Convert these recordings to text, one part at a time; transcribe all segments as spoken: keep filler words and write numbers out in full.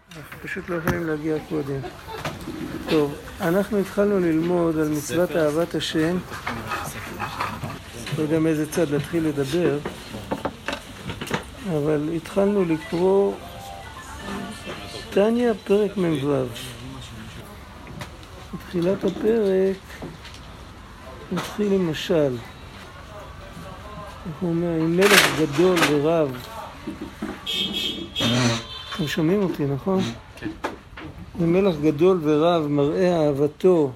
אנחנו פשוט לא יכולים להגיע קודם. טוב, אנחנו התחלנו ללמוד על מצוות אהבת השם. לא יודע מאיזה צד להתחיל לדבר, אבל התחלנו לקרוא תניא פרק מ"ו. בתחילת הפרק נתחיל עם משל. הוא אומר, עם מלך גדול ורב. אתם שומעים אותי, נכון? כן. עם מלך גדול ורב מראה אהבתו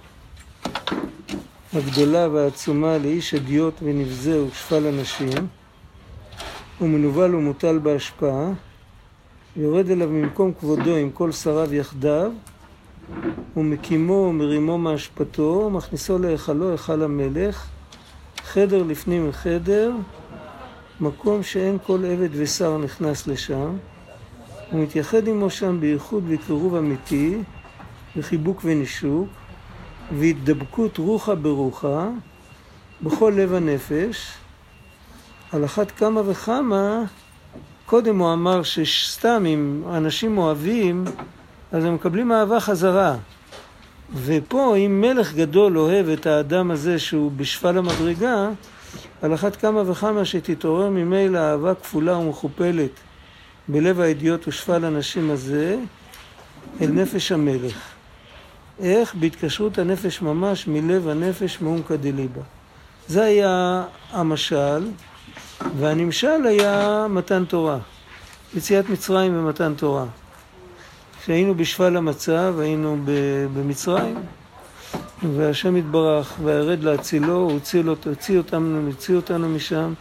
הגדולה והעצומה לאיש אדיוט ונבזה ושפל אנשים. הוא מנוול ומוטל בהשפעה. יורד אליו ממקום כבודו עם כל שריו יחדיו. ומקימו ומרימו מהשפתו, מכניסו להיכלו, היכל המלך, חדר לפנים מחדר, מקום שאין כל עבד ושר נכנס לשם. הוא מתייחד עמו שם בייחוד וקירוב אמיתי, וחיבוק ונישוק, והתדבקות רוחה ברוחה, בכל לב הנפש. על אחת כמה וכמה, קודם הוא אמר שסתם אם אנשים אוהבים, אז הם מקבלים אהבה חזרה. ופה אם מלך גדול אוהב את האדם הזה שהוא בשפל המדרגה, על אחת כמה וכמה שתתעורר ממילא אהבה כפולה ומכופלת בלב האידיוט ושפל הנשים הזה אל נפש המלך. איך? בהתקשרות הנפש ממש מלב הנפש מעומקא דליבא. זה היה המשל, והנמשל היה מתן תורה. יציאת מצרים ומתן תורה. כשהיינו בשפל המצב, היינו במצרים, והשם התברך והירד להצילו, הוא הציל, הציל אותנו, הציל אותנו משם.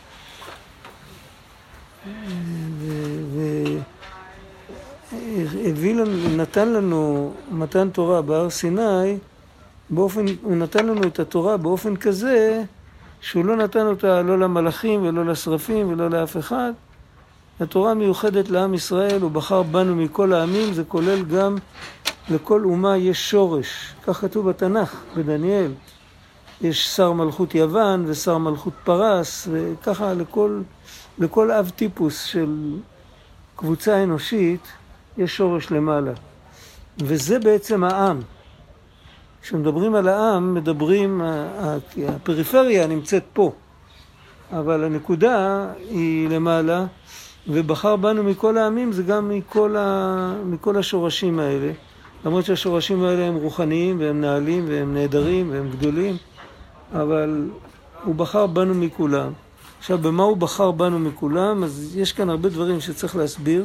והביא לנו, נתן לנו מתן תורה בהר סיני, באופן, הוא נתן לנו את התורה באופן כזה, שהוא לא נתן אותה לא למלאכים ולא לשרפים ולא לאף אחד. התורה מיוחדת לעם ישראל, הוא בחר בנו מכל העמים, זה כולל גם לכל אומה יש שורש. כך כתוב בתנ"ך, בדניאל. יש שר מלכות יוון ושר מלכות פרס, וככה לכל, לכל אב טיפוס של קבוצה אנושית יש שורש למעלה. וזה בעצם העם. כשמדברים על העם, מדברים, הפריפריה נמצאת פה, אבל הנקודה היא למעלה, ובחר בנו מכל העמים, זה גם מכל, ה... מכל השורשים האלה. למרות שהשורשים האלה הם רוחניים, והם נעלים, והם נהדרים, והם גדולים, אבל הוא בחר בנו מכולם. עכשיו, במה הוא בחר בנו מכולם? אז יש כאן הרבה דברים שצריך להסביר.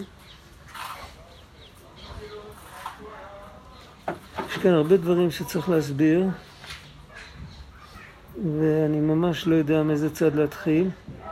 יש כאן הרבה דברים שצריך להסביר, ואני ממש לא יודע מאיזה צד להתחיל.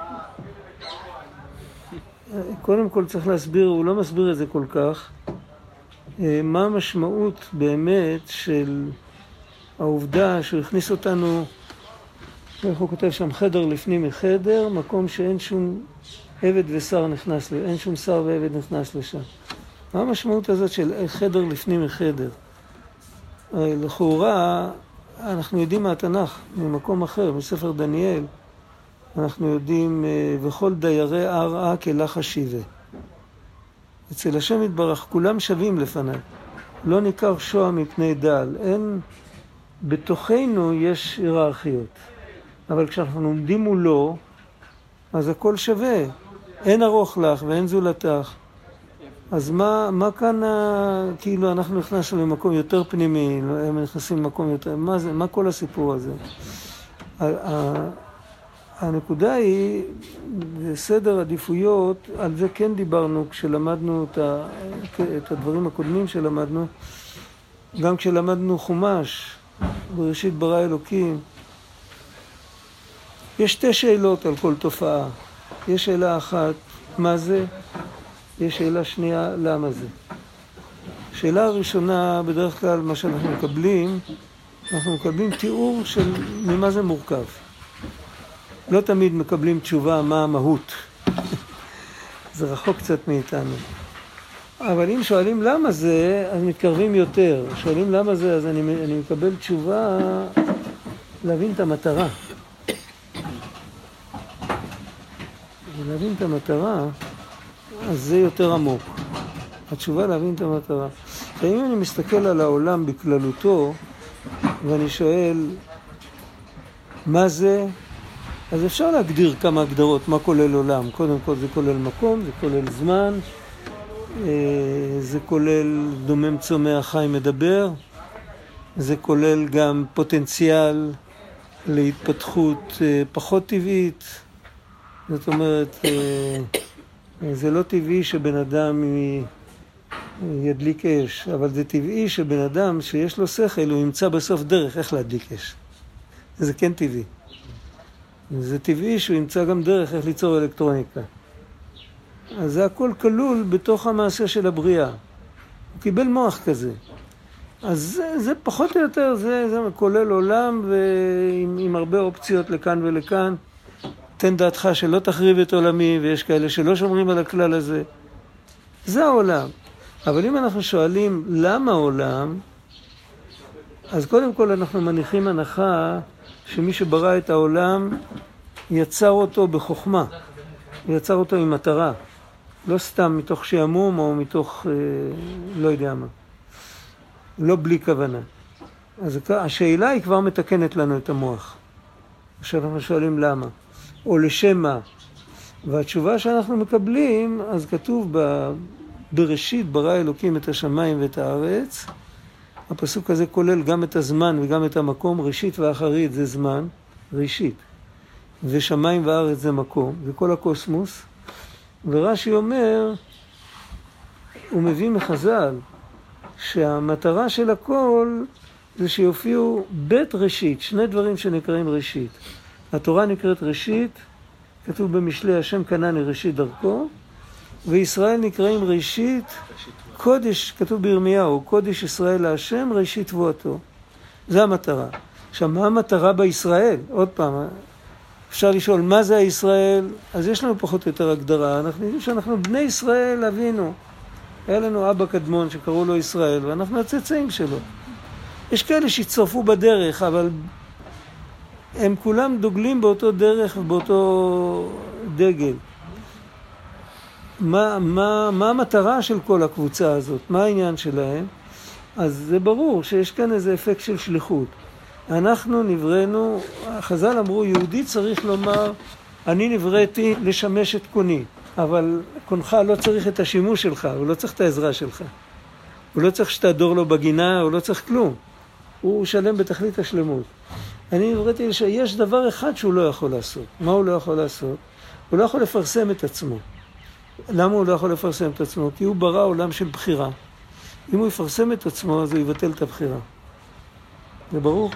קודם כל צריך להסביר, הוא לא מסביר את זה כל כך, מה המשמעות באמת של העובדה שהוא הכניס אותנו, איך הוא כותב שם, חדר לפנים מחדר, מקום שאין שום עבד ושר נכנס, אין שום שר ועבד נכנס לשם. מה המשמעות הזאת של חדר לפנים מחדר? לכאורה, אנחנו יודעים מהתנ"ך, ממקום אחר, מספר דניאל, אנחנו יודעים, וכל דיירי הר כלך השיבה. אצל השם יתברך, כולם שווים לפניו. לא ניכר שועה מפני דל. אין, בתוכנו יש היררכיות. אבל כשאנחנו עומדים מולו, אז הכל שווה. אין ארוך לך ואין זולתך. אז מה, מה כאן, כאילו אנחנו נכנסנו למקום יותר פנימי, הם נכנסים למקום יותר, מה זה, מה כל הסיפור הזה? הנקודה היא, בסדר עדיפויות, על זה כן דיברנו כשלמדנו את, ה, את הדברים הקודמים שלמדנו, גם כשלמדנו חומש, בראשית ברא אלוקים. יש שתי שאלות על כל תופעה. יש שאלה אחת, מה זה? יש שאלה שנייה, למה זה? שאלה הראשונה, בדרך כלל מה שאנחנו מקבלים, אנחנו מקבלים תיאור של ממה זה מורכב. לא תמיד מקבלים תשובה מה המהות. זה רחוק קצת מאיתנו. אבל אם שואלים למה זה, אז מתקרבים יותר. שואלים למה זה, אז אני, אני מקבל תשובה להבין את המטרה. ולהבין את המטרה, אז זה יותר עמוק. התשובה להבין את המטרה. אם אני מסתכל על העולם בכללותו, ואני שואל, מה זה? אז אפשר להגדיר כמה הגדרות, מה כולל עולם. קודם כל זה כולל מקום, זה כולל זמן, זה כולל דומם צומח חי מדבר, זה כולל גם פוטנציאל להתפתחות פחות טבעית. זאת אומרת, זה לא טבעי שבן אדם ידליק אש, אבל זה טבעי שבן אדם שיש לו שכל, הוא ימצא בסוף דרך איך להדליק אש. זה כן טבעי. זה טבעי שהוא ימצא גם דרך איך ליצור אלקטרוניקה. אז זה הכל כלול בתוך המעשה של הבריאה. הוא קיבל מוח כזה. אז זה, זה פחות או יותר, זה, זה כולל עולם ועם עם הרבה אופציות לכאן ולכאן. תן דעתך שלא תחריב את עולמי, ויש כאלה שלא שומרים על הכלל הזה. זה העולם. אבל אם אנחנו שואלים למה העולם, אז קודם כל אנחנו מניחים הנחה שמי שברא את העולם יצר אותו בחוכמה. הוא יצר אותו עם מטרה. לא סתם מתוך שעמום או מתוך אה, לא יודע מה. לא בלי כוונה. אז השאלה היא כבר מתקנת לנו את המוח. עכשיו אנחנו שואלים למה. או לשם מה. והתשובה שאנחנו מקבלים, אז כתוב ב... בראשית ברא אלוקים את השמיים ואת הארץ. הפסוק הזה כולל גם את הזמן וגם את המקום. ראשית ואחרית זה זמן, ראשית. ושמיים וארץ זה מקום, זה כל הקוסמוס. ורש"י אומר, הוא מביא מחז"ל, שהמטרה של הכל זה שיופיעו בית ראשית, שני דברים שנקראים ראשית. התורה נקראת ראשית, כתוב במשלי השם קנני ראשית דרכו, וישראל נקראים ראשית, קודש, כתוב בירמיהו, קודש ישראל להשם ראשית תבואתו. זה המטרה. עכשיו, מה המטרה בישראל? עוד פעם, אפשר לשאול מה זה הישראל? אז יש לנו פחות או יותר הגדרה. אנחנו יודעים שאנחנו בני ישראל אבינו. היה לנו אבא קדמון שקראו לו ישראל, ואנחנו הצאצאים שלו. יש כאלה שהצטרפו בדרך, אבל הם כולם דוגלים באותו דרך ובאותו דגל. מה, מה, מה המטרה של כל הקבוצה הזאת? מה העניין שלהם? אז זה ברור שיש כאן איזה אפקט של שליחות. אנחנו נבראנו, חז"ל אמרו, יהודי צריך לומר, אני נבראתי לשמש את קוני, אבל קונך לא צריך את השימוש שלך, הוא לא צריך את העזרה שלך. הוא לא צריך שתעדור לו בגינה, הוא לא צריך כלום. הוא שלם בתכלית השלמות. אני נבראתי שיש דבר אחד שהוא לא יכול לעשות. מה הוא לא יכול לעשות? הוא לא יכול לפרסם את עצמו. למה הוא לא יכול לפרסם את עצמו? כי הוא ברא עולם של בחירה. אם הוא יפרסם את עצמו, אז הוא יבטל את הבחירה. זה ברור?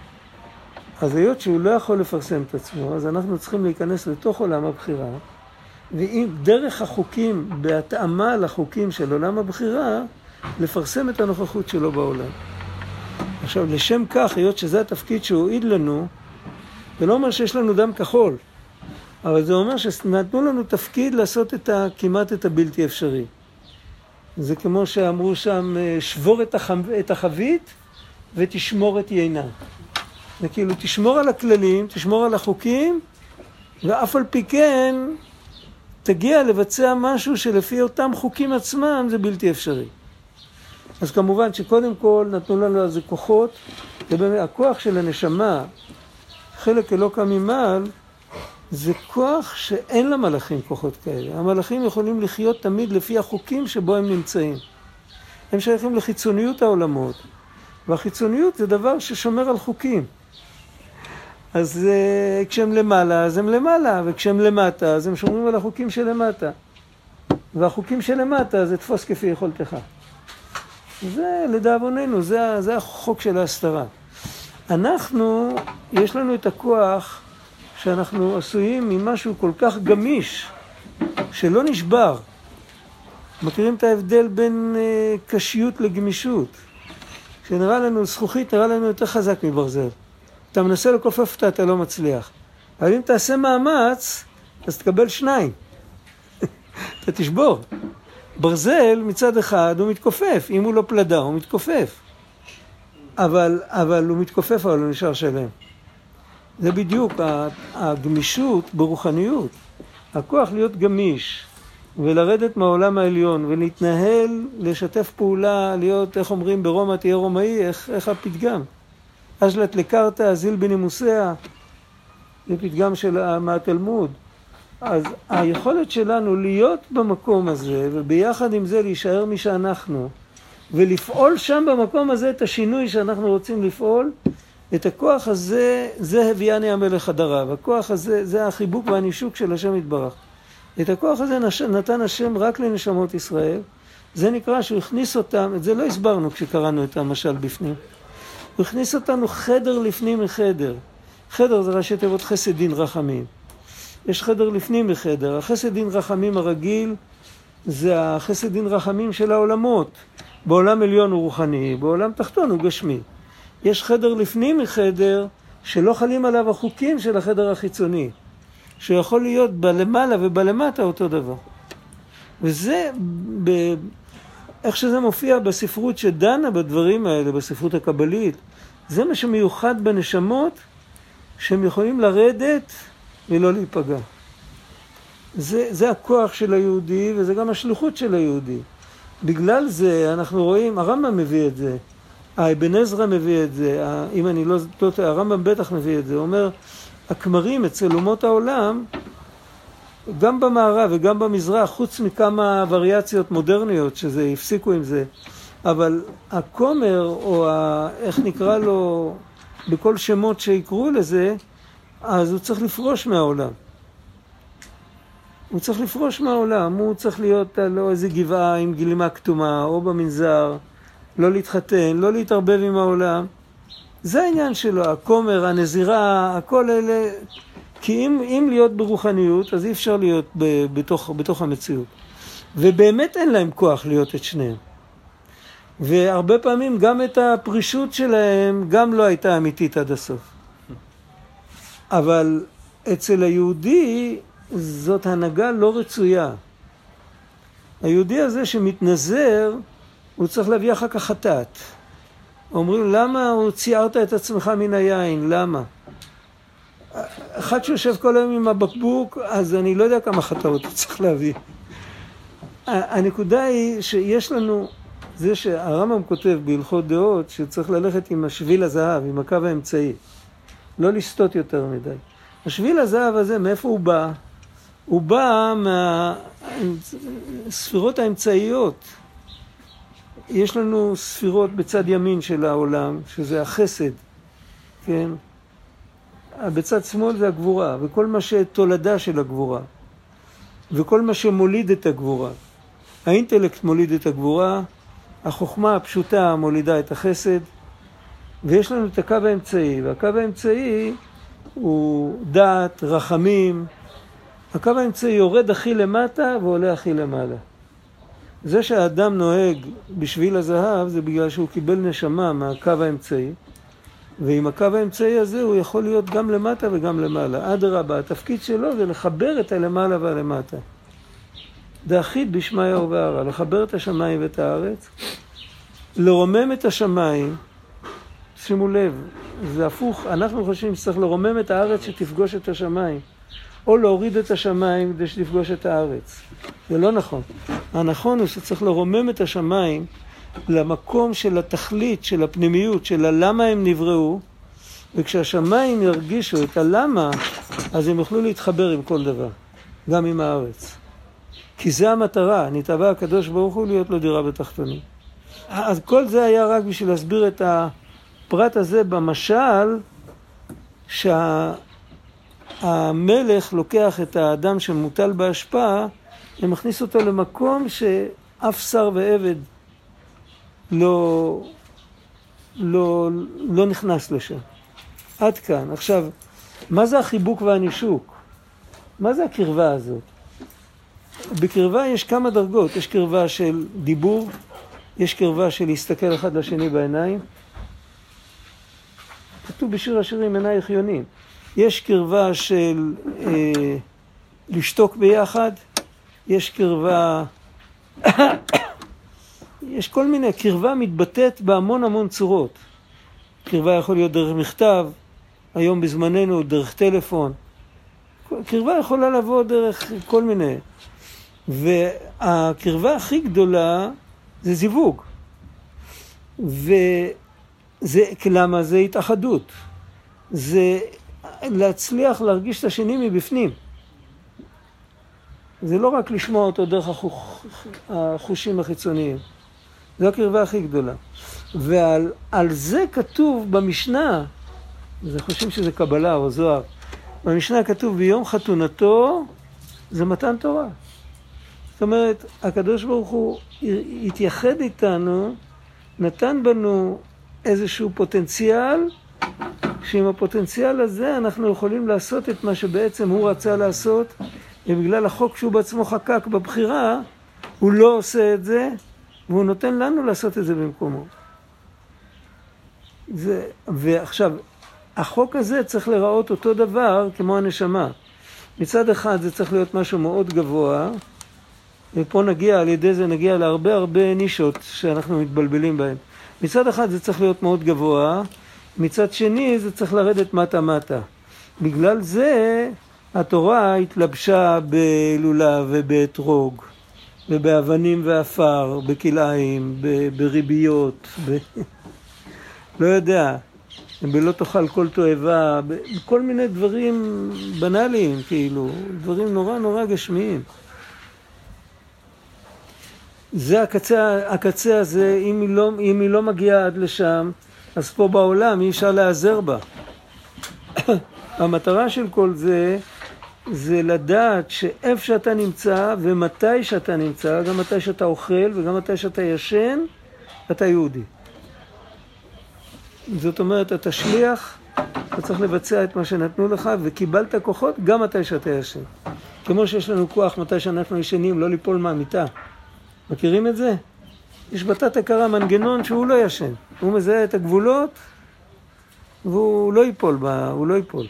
אז היות שהוא לא יכול לפרסם את עצמו, אז אנחנו צריכים להיכנס לתוך עולם הבחירה, ואם דרך החוקים, בהתאמה לחוקים של עולם הבחירה, לפרסם את הנוכחות שלו בעולם. עכשיו, לשם כך, היות שזה התפקיד שהוא הועיד לנו, זה לא אומר שיש לנו דם כחול, אבל זה אומר שנתנו לנו תפקיד לעשות את ה, כמעט את הבלתי אפשרי. זה כמו שאמרו שם, שבור את, הח, את החבית ותשמור את יינה. זה כאילו, תשמור על הכללים, תשמור על החוקים, ואף על פי כן, תגיע לבצע משהו שלפי אותם חוקים עצמם זה בלתי אפשרי. אז כמובן שקודם כל נתנו לנו על זה כוחות, ובאמת הכוח של הנשמה, חלק אלוקא ממעל, זה כוח שאין למלאכים כוחות כאלה. המלאכים יכולים לחיות תמיד לפי החוקים שבו הם נמצאים. הם שייכים לחיצוניות העולמות, והחיצוניות זה דבר ששומר על חוקים. אז uh, כשהם למעלה, אז הם למעלה, וכשהם למטה, אז הם שומרים על החוקים שלמטה. והחוקים שלמטה זה תפוס כפי יכולתך. זה לדאבוננו, זה, זה החוק של ההסתרה. אנחנו, יש לנו את הכוח שאנחנו עשויים ממשהו כל כך גמיש, שלא נשבר. מכירים את ההבדל בין uh, קשיות לגמישות. שנראה לנו, זכוכית נראה לנו יותר חזק מברזל. אתה מנסה לקופף אותה, אתה לא מצליח. אבל אם תעשה מאמץ, אז תקבל שניים. אתה תשבור. ברזל מצד אחד הוא מתכופף, אם הוא לא פלדה הוא מתכופף. אבל, אבל הוא מתכופף, אבל הוא נשאר שלם. זה בדיוק הגמישות ברוחניות. הכוח להיות גמיש ולרדת מהעולם העליון, ולהתנהל, לשתף פעולה, להיות, איך אומרים, ברומא תהיה רומאי, איך, איך הפתגם? אשלת לקרתא, זיל בנימוסיה, זה פתגם של מהתלמוד. אז היכולת שלנו להיות במקום הזה, וביחד עם זה להישאר מי שאנחנו, ולפעול שם במקום הזה את השינוי שאנחנו רוצים לפעול, את הכוח הזה, זה הביאני המלך הדרב. הכוח הזה, זה החיבוק והנישוק של השם יתברך. את הכוח הזה נתן השם רק לנשמות ישראל. זה נקרא שהוא הכניס אותם, את זה לא הסברנו כשקראנו את המשל בפנים. הוא הכניס אותנו חדר לפנים מחדר. חדר זה ראשי תיבות חסד דין רחמים. יש חדר לפנים מחדר. החסד דין רחמים הרגיל זה החסד דין רחמים של העולמות. בעולם עליון הוא רוחני, בעולם תחתון הוא גשמי. יש חדר לפנים מחדר שלא חלים עליו החוקים של החדר החיצוני. שיכול להיות בלמעלה ובלמטה אותו דבר. וזה, ב... איך שזה מופיע בספרות שדנה בדברים האלה, בספרות הקבלית, זה מה שמיוחד בנשמות, שהם יכולים לרדת ולא להיפגע. זה, זה הכוח של היהודי, וזה גם השליחות של היהודי. בגלל זה אנחנו רואים, הרמב"ם מביא את זה, אבן עזרא מביא את זה, אם אני לא טועה, הרמב"ם בטח מביא את זה, הוא אומר, הכמרים אצל אומות העולם, גם במערב וגם במזרח, חוץ מכמה וריאציות מודרניות שזה הפסיקו עם זה, אבל הכומר, או ה, איך נקרא לו, בכל שמות שיקראו לזה, אז הוא צריך לפרוש מהעולם. הוא צריך לפרוש מהעולם, הוא צריך להיות על איזה גבעה עם גלימה כתומה, או במנזר, לא להתחתן, לא להתערבב עם העולם. זה העניין שלו, הכומר, הנזירה, הכל אלה, כי אם, אם להיות ברוחניות, אז אי אפשר להיות ב, בתוך, בתוך המציאות. ובאמת אין להם כוח להיות את שניהם. והרבה פעמים גם את הפרישות שלהם גם לא הייתה אמיתית עד הסוף. אבל אצל היהודי זאת הנהגה לא רצויה. היהודי הזה שמתנזר, הוא צריך להביא אחר כך חטאת. אומרים, למה הוא ציירת את עצמך מן היין? למה? אחד שיושב כל היום עם הבקבוק, אז אני לא יודע כמה חטאות הוא צריך להביא. הנקודה היא שיש לנו, זה שהרמב"ם כותב בהלכות דעות, שצריך ללכת עם השביל הזהב, עם הקו האמצעי. לא לסטות יותר מדי. השביל הזהב הזה, מאיפה הוא בא? הוא בא מהספירות האמצעיות. יש לנו ספירות בצד ימין של העולם, שזה החסד, כן? בצד שמאל זה הגבורה, וכל מה שתולדה של הגבורה, וכל מה שמוליד את הגבורה. האינטלקט מוליד את הגבורה, החוכמה הפשוטה מולידה את החסד, ויש לנו את הקו האמצעי, והקו האמצעי הוא דעת, רחמים. הקו האמצעי יורד הכי למטה ועולה הכי למעלה. זה שהאדם נוהג בשביל הזהב זה בגלל שהוא קיבל נשמה מהקו האמצעי, ועם הקו האמצעי הזה הוא יכול להיות גם למטה וגם למעלה. אדרבה, התפקיד שלו זה לחבר את הלמעלה והלמטה. דאחיד בשמיא ובערה, לחבר את השמיים ואת הארץ, לרומם את השמיים. שימו לב, זה הפוך, אנחנו חושבים שצריך לרומם את הארץ שתפגוש את השמיים, או להוריד את השמיים כדי שתפגוש את הארץ. זה לא נכון. הנכון הוא שצריך לרומם את השמיים למקום של התכלית, של הפנימיות, של הלמה הם נבראו, וכשהשמיים ירגישו את הלמה, אז הם יוכלו להתחבר עם כל דבר, גם עם הארץ. כי זה המטרה, נתבע הקדוש ברוך הוא להיות לו דירה בתחתונים. אז כל זה היה רק בשביל להסביר את הפרט הזה במשל, שהמלך לוקח את האדם שמוטל בהשפעה, ומכניס אותו למקום שאף שר ועבד לא, לא, לא נכנס לשם. עד כאן. עכשיו, מה זה החיבוק והנישוק? מה זה הקרבה הזאת? בקרבה יש כמה דרגות. יש קרבה של דיבור, יש קרבה של להסתכל אחד לשני בעיניים. כתוב בשיר השירים עינייך יונים. יש קרבה של אה, לשתוק ביחד, יש קרבה, יש כל מיני, קרבה מתבטאת בהמון המון צורות. קרבה יכול להיות דרך מכתב, היום בזמננו דרך טלפון. קרבה יכולה לבוא דרך כל מיני. והקרבה הכי גדולה זה זיווג. וזה, למה? זה התאחדות. זה להצליח להרגיש את השני מבפנים. זה לא רק לשמוע אותו דרך החושים החיצוניים. זו הקרבה הכי גדולה. ועל על זה כתוב במשנה, זה חושבים שזה קבלה או זוהר, במשנה כתוב ביום חתונתו זה מתן תורה. זאת אומרת, הקדוש ברוך הוא התייחד איתנו, נתן בנו איזשהו פוטנציאל, שעם הפוטנציאל הזה אנחנו יכולים לעשות את מה שבעצם הוא רצה לעשות, ובגלל החוק שהוא בעצמו חקק בבחירה, הוא לא עושה את זה, והוא נותן לנו לעשות את זה במקומו. זה, ועכשיו, החוק הזה צריך לראות אותו דבר כמו הנשמה. מצד אחד זה צריך להיות משהו מאוד גבוה, ופה נגיע, על ידי זה נגיע להרבה הרבה נישות שאנחנו מתבלבלים בהן. מצד אחד זה צריך להיות מאוד גבוה, מצד שני זה צריך לרדת מטה מטה. בגלל זה התורה התלבשה בלולה ובאתרוג, ובאבנים ואפר, בכלאיים, בריביות, ב... לא יודע, בלא תאכל כל תועבה, בכל מיני דברים בנאליים, כאילו, דברים נורא נורא גשמיים. זה הקצה, הקצה הזה, אם היא, לא, אם היא לא מגיעה עד לשם, אז פה בעולם אי אפשר להיעזר בה. המטרה של כל זה, זה לדעת שאיפה שאתה נמצא ומתי שאתה נמצא, גם מתי שאתה אוכל וגם מתי שאתה ישן, אתה יהודי. זאת אומרת, אתה שליח, אתה צריך לבצע את מה שנתנו לך, וקיבלת כוחות גם מתי שאתה ישן. כמו שיש לנו כוח מתי שאנחנו ישנים, לא ליפול מהמיטה. מכירים את זה? יש בתת הכרה מנגנון שהוא לא ישן. הוא מזהה את הגבולות, והוא לא ייפול בה, הוא לא ייפול.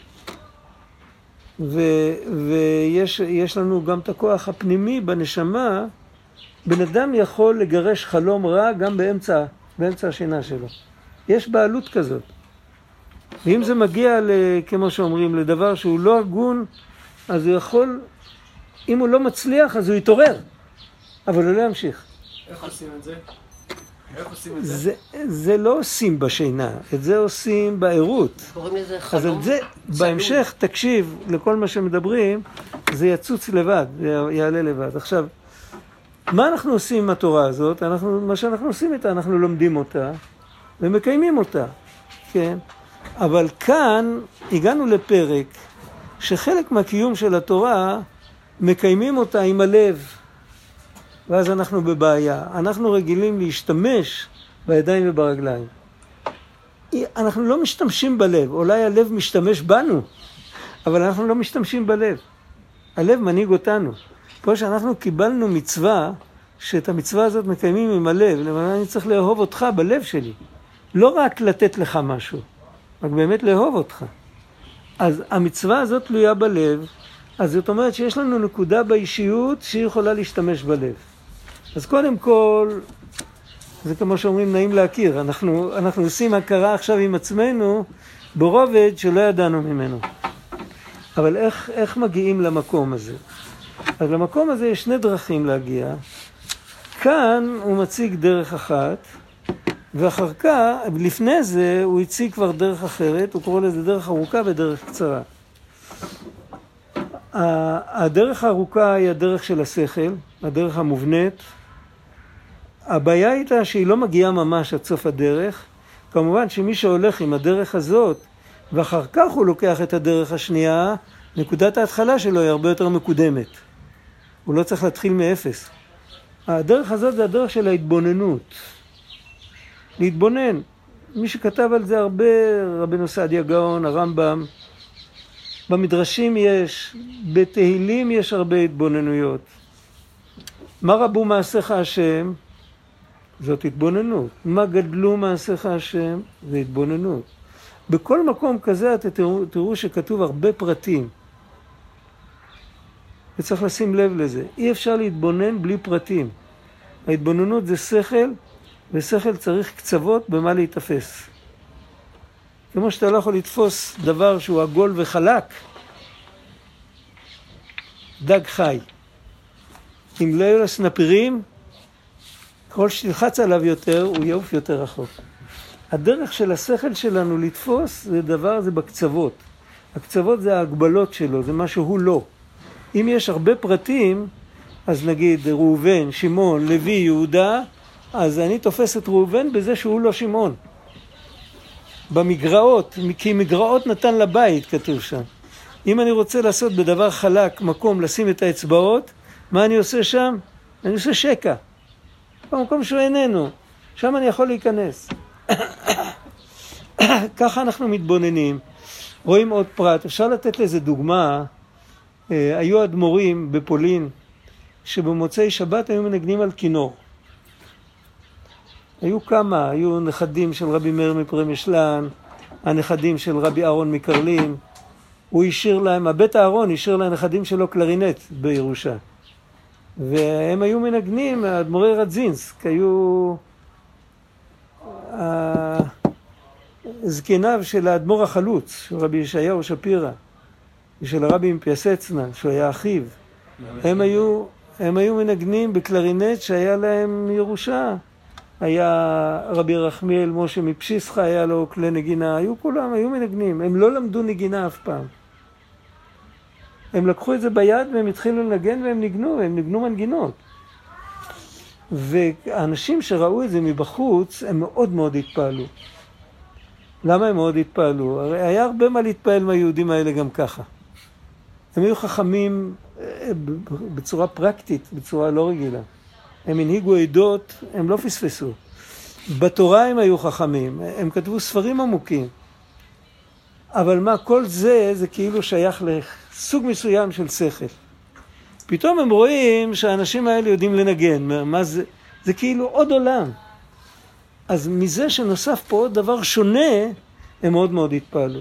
ו- ויש יש לנו גם את הכוח הפנימי בנשמה, בן אדם יכול לגרש חלום רע גם באמצע, באמצע השינה שלו. יש בעלות כזאת. ואם זה מגיע, כמו שאומרים, לדבר שהוא לא הגון, אז הוא יכול, אם הוא לא מצליח, אז הוא יתעורר. אבל הוא לא ימשיך. איך עושים את זה? איך עושים את זה? זה, זה לא עושים בשינה, את זה עושים בעירות. קוראים לזה חלום. אז על זה, בהמשך, תקשיב לכל מה שמדברים, זה יצוץ לבד, זה יעלה לבד. עכשיו, מה אנחנו עושים עם התורה הזאת? אנחנו, מה שאנחנו עושים איתה, אנחנו לומדים אותה, ומקיימים אותה, כן? אבל כאן הגענו לפרק שחלק מהקיום של התורה מקיימים אותה עם הלב, ואז אנחנו בבעיה. אנחנו רגילים להשתמש בידיים וברגליים. אנחנו לא משתמשים בלב, אולי הלב משתמש בנו, אבל אנחנו לא משתמשים בלב. הלב מנהיג אותנו. פה שאנחנו קיבלנו מצווה, שאת המצווה הזאת מקיימים עם הלב, למען אני צריך לאהוב אותך בלב שלי. לא רק לתת לך משהו, רק באמת לאהוב אותך. אז המצווה הזאת תלויה בלב, אז זאת אומרת שיש לנו נקודה באישיות שהיא יכולה להשתמש בלב. אז קודם כל, זה כמו שאומרים נעים להכיר, אנחנו, אנחנו עושים הכרה עכשיו עם עצמנו ברובד שלא ידענו ממנו. אבל איך, איך מגיעים למקום הזה? אז למקום הזה יש שני דרכים להגיע. כאן הוא מציג דרך אחת, ואחר כך, לפני זה הוא הציג כבר דרך אחרת, הוא קורא לזה דרך ארוכה ודרך קצרה. הדרך הארוכה היא הדרך של השכל, הדרך המובנית. הבעיה הייתה שהיא לא מגיעה ממש עד סוף הדרך. כמובן שמי שהולך עם הדרך הזאת, ואחר כך הוא לוקח את הדרך השנייה, נקודת ההתחלה שלו היא הרבה יותר מקודמת. הוא לא צריך להתחיל מאפס. הדרך הזאת זה הדרך של ההתבוננות. להתבונן. מי שכתב על זה הרבה, רבנו סעדיה גאון, הרמב"ם, במדרשים יש, בתהילים יש הרבה התבוננויות. מה רבו מעשיך השם? זאת התבוננות. מה גדלו מעשיך השם? זה התבוננות. בכל מקום כזה אתם תראו, תראו שכתוב הרבה פרטים. וצריך לשים לב לזה. אי אפשר להתבונן בלי פרטים. ההתבוננות זה שכל, ושכל צריך קצוות במה להתאפס. כמו שאתה לא יכול לתפוס דבר שהוא עגול וחלק, דג חי. אם לא יהיו לה סנפירים, כל שתלחץ עליו יותר, הוא יעוף יותר רחוק. הדרך של השכל שלנו לתפוס זה דבר, זה בקצוות. הקצוות זה ההגבלות שלו, זה מה שהוא לא. אם יש הרבה פרטים, אז נגיד ראובן, שמעון, לוי, יהודה, אז אני תופס את ראובן בזה שהוא לא שמעון. במגרעות, כי מגרעות נתן לבית, כתוב שם. אם אני רוצה לעשות בדבר חלק, מקום, לשים את האצבעות, מה אני עושה שם? אני עושה שקע. במקום שהוא איננו. שם אני יכול להיכנס. ככה אנחנו מתבוננים. רואים עוד פרט. אפשר לתת לזה דוגמה. היו אדמו"רים בפולין, שבמוצאי שבת היו מנגנים על כינור. היו כמה, היו נכדים של רבי מאיר מפרמישלן, הנכדים של רבי אהרון מקרלין. הוא השאיר להם, הבית אהרון השאיר לנכדים שלו קלרינט בירושה. והם היו מנגנים, האדמו"רי רדזינסק, היו זקניו של האדמו"ר החלוץ, של רבי ישעיהו שפירא, ושל הרבי מפיאסצנה, שהוא היה אחיו. הם היו, הם היו מנגנים בקלרינט שהיה להם ירושה. היה רבי רחמיאל משה מפשיסחה, היה לו כלי נגינה, היו כולם, היו מנגנים. הם לא למדו נגינה אף פעם. הם לקחו את זה ביד והם התחילו לנגן והם ניגנו, הם ניגנו מנגינות. והאנשים שראו את זה מבחוץ, הם מאוד מאוד התפעלו. למה הם מאוד התפעלו? הרי היה הרבה מה להתפעל מהיהודים האלה גם ככה. הם היו חכמים בצורה פרקטית, בצורה לא רגילה. הם הנהיגו עדות, הם לא פספסו. בתורה הם היו חכמים, הם כתבו ספרים עמוקים. אבל מה, כל זה, זה כאילו שייך לסוג מסוים של שכל. פתאום הם רואים שהאנשים האלה יודעים לנגן. מה זה? זה כאילו עוד עולם. אז מזה שנוסף פה עוד דבר שונה, הם מאוד מאוד התפעלו.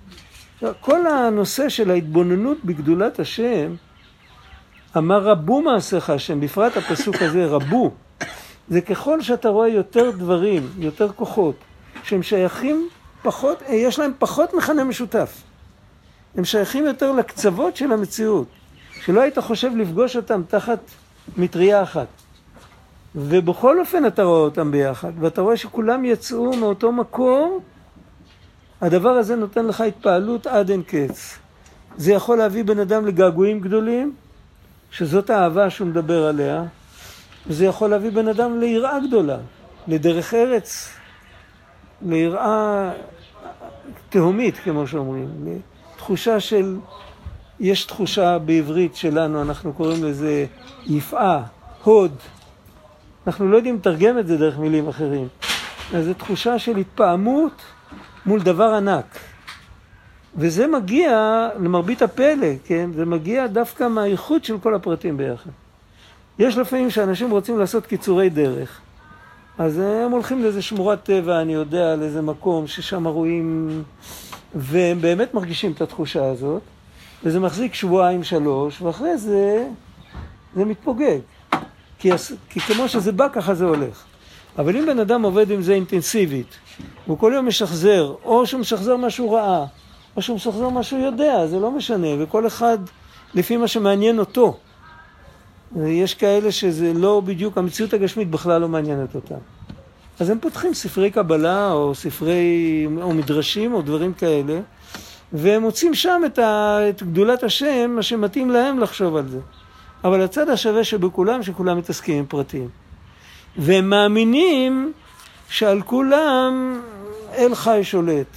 כל הנושא של ההתבוננות בגדולת השם, אמר רבו מעשיך השם, בפרט הפסוק הזה, רבו. זה ככל שאתה רואה יותר דברים, יותר כוחות, שהם שייכים פחות, יש להם פחות מכנה משותף. הם שייכים יותר לקצוות של המציאות, שלא היית חושב לפגוש אותם תחת מטריה אחת. ובכל אופן אתה רואה אותם ביחד, ואתה רואה שכולם יצאו מאותו מקום, הדבר הזה נותן לך התפעלות עד אין קץ. זה יכול להביא בן אדם לגעגועים גדולים, שזאת האהבה שהוא מדבר עליה, וזה יכול להביא בן אדם ליראה גדולה, לדרך ארץ, ליראה תהומית, כמו שאומרים, תחושה של, יש תחושה בעברית שלנו, אנחנו קוראים לזה יפעה, הוד, אנחנו לא יודעים לתרגם את זה דרך מילים אחרים, אז זו תחושה של התפעמות מול דבר ענק, וזה מגיע למרבית הפלא, כן? זה מגיע דווקא מהאיכות של כל הפרטים ביחד. יש לפעמים שאנשים רוצים לעשות קיצורי דרך, אז הם הולכים לאיזה שמורת טבע, אני יודע, לאיזה מקום ששם רואים, והם באמת מרגישים את התחושה הזאת, וזה מחזיק שבועיים שלוש, ואחרי זה זה מתפוגג. כי, כי כמו שזה בא, ככה זה הולך. אבל אם בן אדם עובד עם זה אינטנסיבית, הוא כל יום משחזר, או שהוא משחזר משהו רעה, או שהוא משחזר משהו יודע, זה לא משנה, וכל אחד לפי מה שמעניין אותו. יש כאלה שזה לא בדיוק, המציאות הגשמית בכלל לא מעניינת אותם. אז הם פותחים ספרי קבלה, או ספרי, או מדרשים, או דברים כאלה, והם מוצאים שם את, ה, את גדולת השם, מה שמתאים להם לחשוב על זה. אבל הצד השווה שבכולם, שכולם מתעסקים עם פרטים. והם מאמינים שעל כולם אל חי שולט.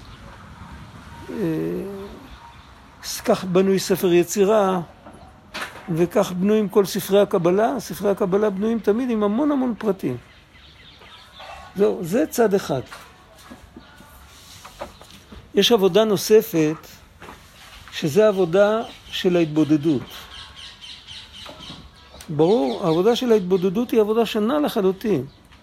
כך בנוי ספר יצירה, וכך בנויים כל ספרי הקבלה. ספרי הקבלה בנויים תמיד עם המון המון פרטים. זהו, זה צד אחד. יש עבודה נוספת, שזה עבודה של ההתבודדות. ברור, העבודה של ההתבודדות היא עבודה שונה לחלוטין.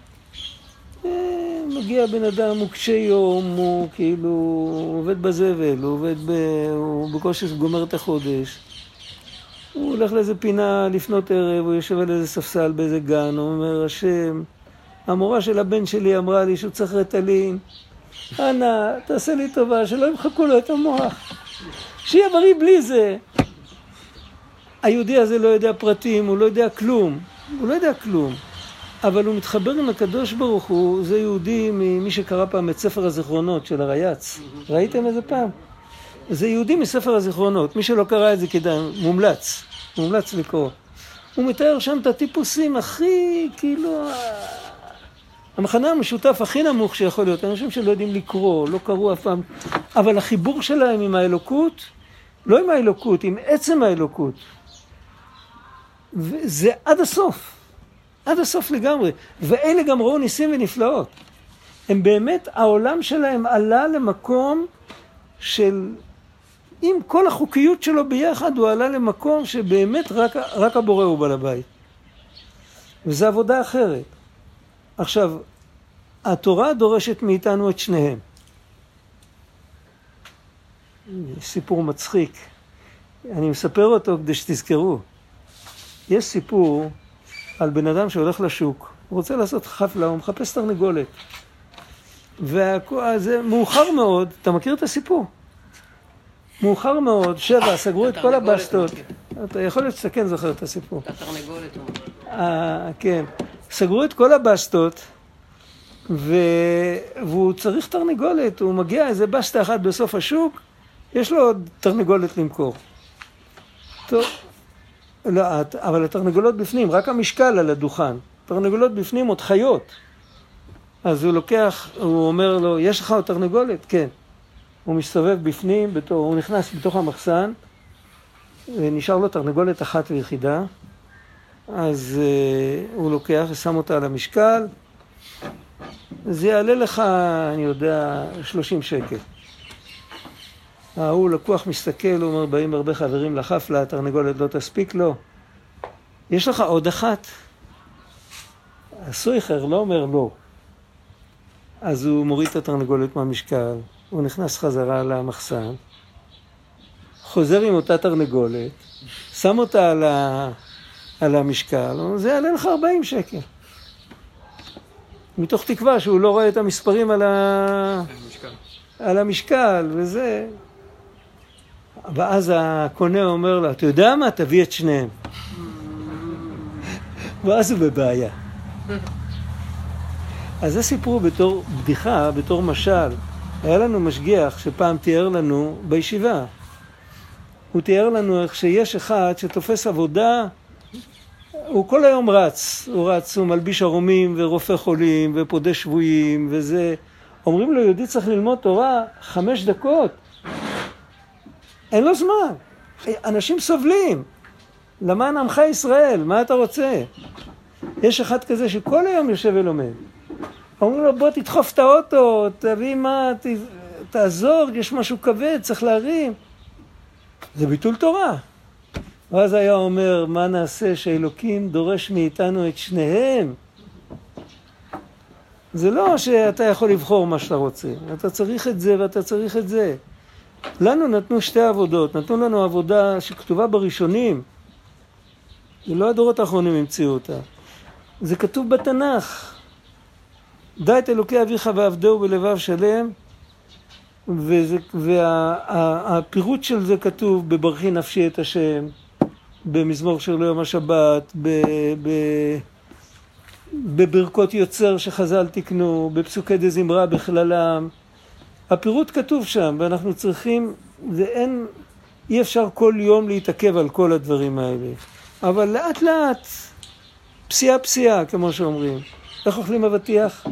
מגיע בן אדם, הוא קשה יום, הוא כאילו הוא עובד בזבל, הוא עובד ב... הוא בקושי גומר את החודש. הוא הולך לאיזה פינה לפנות ערב, הוא יושב על איזה ספסל באיזה גן, הוא אומר, השם, המורה של הבן שלי אמרה לי שהוא צריך רטלין. אנא, תעשה לי טובה, שלא ימחקו לו את המוח. שיהיה בריא בלי זה. היהודי הזה לא יודע פרטים, הוא לא יודע כלום, הוא לא יודע כלום. אבל הוא מתחבר עם הקדוש ברוך הוא, זה יהודי ממי שקרא פעם את ספר הזיכרונות של הרייץ. ראיתם איזה פעם? זה יהודי מספר הזיכרונות, מי שלא קרא את זה כדאי, מומלץ, מומלץ לקרוא. הוא מתאר שם את הטיפוסים הכי, כאילו, המחנה המשותף הכי נמוך שיכול להיות, אנשים שלא יודעים לקרוא, לא קראו אף פעם, אבל החיבור שלהם עם האלוקות, לא עם האלוקות, עם עצם האלוקות, זה עד הסוף. עד הסוף לגמרי, ואלה גם ראו ניסים ונפלאות. הם באמת, העולם שלהם עלה למקום של, עם כל החוקיות שלו ביחד, הוא עלה למקום שבאמת רק, רק הבורא הוא בעל הבית. וזו עבודה אחרת. עכשיו, התורה דורשת מאיתנו את שניהם. סיפור מצחיק. אני מספר אותו כדי שתזכרו. יש סיפור על בן אדם שהולך לשוק, הוא רוצה לעשות חפלה, הוא מחפש תרנגולת. וזה מאוחר מאוד, אתה מכיר את הסיפור? מאוחר מאוד, שבע, סגרו את כל הבשטות. אתה יכול להיות שאתה כן זוכר את הסיפור. את התרנגולת. אה, כן. סגרו את כל הבשטות, והוא צריך תרנגולת, הוא מגיע איזה בשטה אחת בסוף השוק, יש לו עוד תרנגולת למכור. טוב. לא, אבל התרנגולות בפנים, רק המשקל על הדוכן. תרנגולות בפנים עוד חיות. אז הוא לוקח, הוא אומר לו, יש לך עוד תרנגולת? כן. הוא מסתובב בפנים, בתור, הוא נכנס בתוך המחסן, ונשאר לו תרנגולת אחת ויחידה. אז uh, הוא לוקח ושם אותה על המשקל. זה יעלה לך, אני יודע, שלושים שקל. ההוא לקוח מסתכל, הוא אומר, באים הרבה חברים לחפלה, התרנגולת לא תספיק לו. יש לך עוד אחת? הסויכר לא אומר לא. אז הוא מוריד את התרנגולת מהמשקל, הוא נכנס חזרה למחסן, חוזר עם אותה תרנגולת, שם אותה על, ה... על המשקל, זה יעלה לך ארבעים שקל. מתוך תקווה שהוא לא רואה את המספרים על, ה... על המשקל, וזה... ואז הקונה אומר לה, אתה יודע מה? תביא את שניהם. ואז הוא בבעיה. אז זה סיפרו בתור בדיחה, בתור משל. היה לנו משגיח שפעם תיאר לנו בישיבה. הוא תיאר לנו איך שיש אחד שתופס עבודה, הוא כל היום רץ. הוא רץ, הוא מלביש ערומים ורופא חולים ופודה שבויים וזה. אומרים לו, יהודי צריך ללמוד תורה חמש דקות. אין לו זמן. אנשים סובלים. למען עמך ישראל, מה אתה רוצה? יש אחד כזה שכל היום יושב ולומד. אומרים לו, בוא תדחוף את האוטו, תביא מה, ת... תעזור, יש משהו כבד, צריך להרים. זה ביטול תורה. ואז היה אומר, מה נעשה שאלוקים דורש מאיתנו את שניהם? זה לא שאתה יכול לבחור מה שאתה רוצה. אתה צריך את זה ואתה צריך את זה. לנו נתנו שתי עבודות. נתנו לנו עבודה שכתובה בראשונים. זה לא הדורות האחרונים המציאו אותה. זה כתוב בתנ"ך. דע את אלוקי אביך ועבדהו בלבב שלם. והפירוט של זה כתוב בברכי נפשי את השם, במזמור של יום השבת, בברכות יוצר שחז"ל תקנו, בפסוקי דזמרה בכללם. הפירוט כתוב שם, ואנחנו צריכים, זה אין, אי אפשר כל יום להתעכב על כל הדברים האלה. אבל לאט לאט, פסיעה פסיעה, כמו שאומרים. איך אוכלים אבטיח?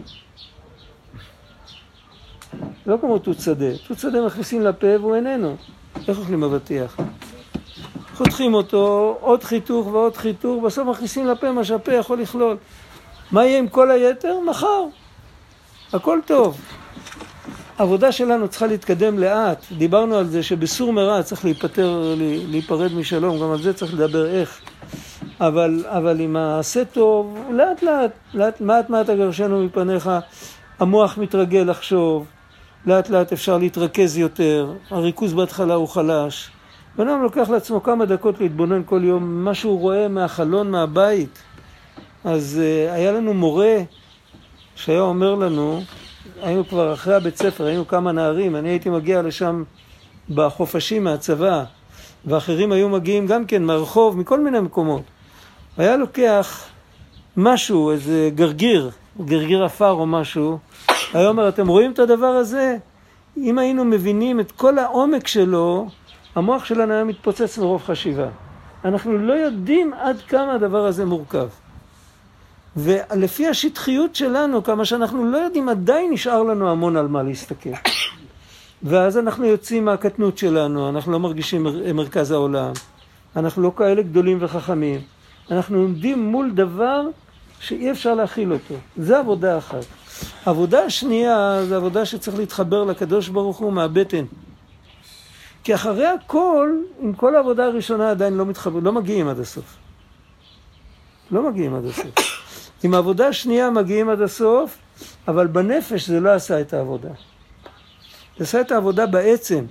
לא כמו תות שדה. תות שדה מכניסים לפה והוא איננו. איך אוכלים אבטיח? חותכים אותו, עוד חיתוך ועוד חיתוך, בסוף מכניסים לפה מה שהפה יכול לכלול. מה יהיה עם כל היתר? מחר. הכל טוב. העבודה שלנו צריכה להתקדם לאט. דיברנו על זה שבסור מרע צריך להיפטר, להיפרד משלום, גם על זה צריך לדבר איך. אבל, אבל עם העשה טוב, לאט לאט, לאט מעט מעט אגרשנו מפניך, המוח מתרגל לחשוב, לאט לאט אפשר להתרכז יותר, הריכוז בהתחלה הוא חלש. ואדם לוקח לעצמו כמה דקות להתבונן כל יום, מה שהוא רואה מהחלון, מהבית. אז uh, היה לנו מורה שהיה אומר לנו, היינו כבר אחרי הבית ספר, היינו כמה נערים, אני הייתי מגיע לשם בחופשים מהצבא, ואחרים היו מגיעים גם כן מהרחוב, מכל מיני מקומות. היה לוקח משהו, איזה גרגיר, גרגיר אפר או משהו, היה אומר, אתם רואים את הדבר הזה? אם היינו מבינים את כל העומק שלו, המוח שלנו היה מתפוצץ מרוב חשיבה. אנחנו לא יודעים עד כמה הדבר הזה מורכב. ולפי השטחיות שלנו, כמה שאנחנו לא יודעים, עדיין נשאר לנו המון על מה להסתכל. ואז אנחנו יוצאים מהקטנות שלנו, אנחנו לא מרגישים מרכז העולם, אנחנו לא כאלה גדולים וחכמים, אנחנו עומדים מול דבר שאי אפשר להכיל אותו. זה עבודה אחת. עבודה השנייה זה עבודה שצריך להתחבר לקדוש ברוך הוא מהבטן. כי אחרי הכל, עם כל העבודה הראשונה עדיין לא מתחבר, לא מגיעים עד הסוף. לא מגיעים עד הסוף. עם העבודה השנייה מגיעים עד הסוף, אבל בנפש זה לא עשה את העבודה. זה עשה את העבודה בעצם.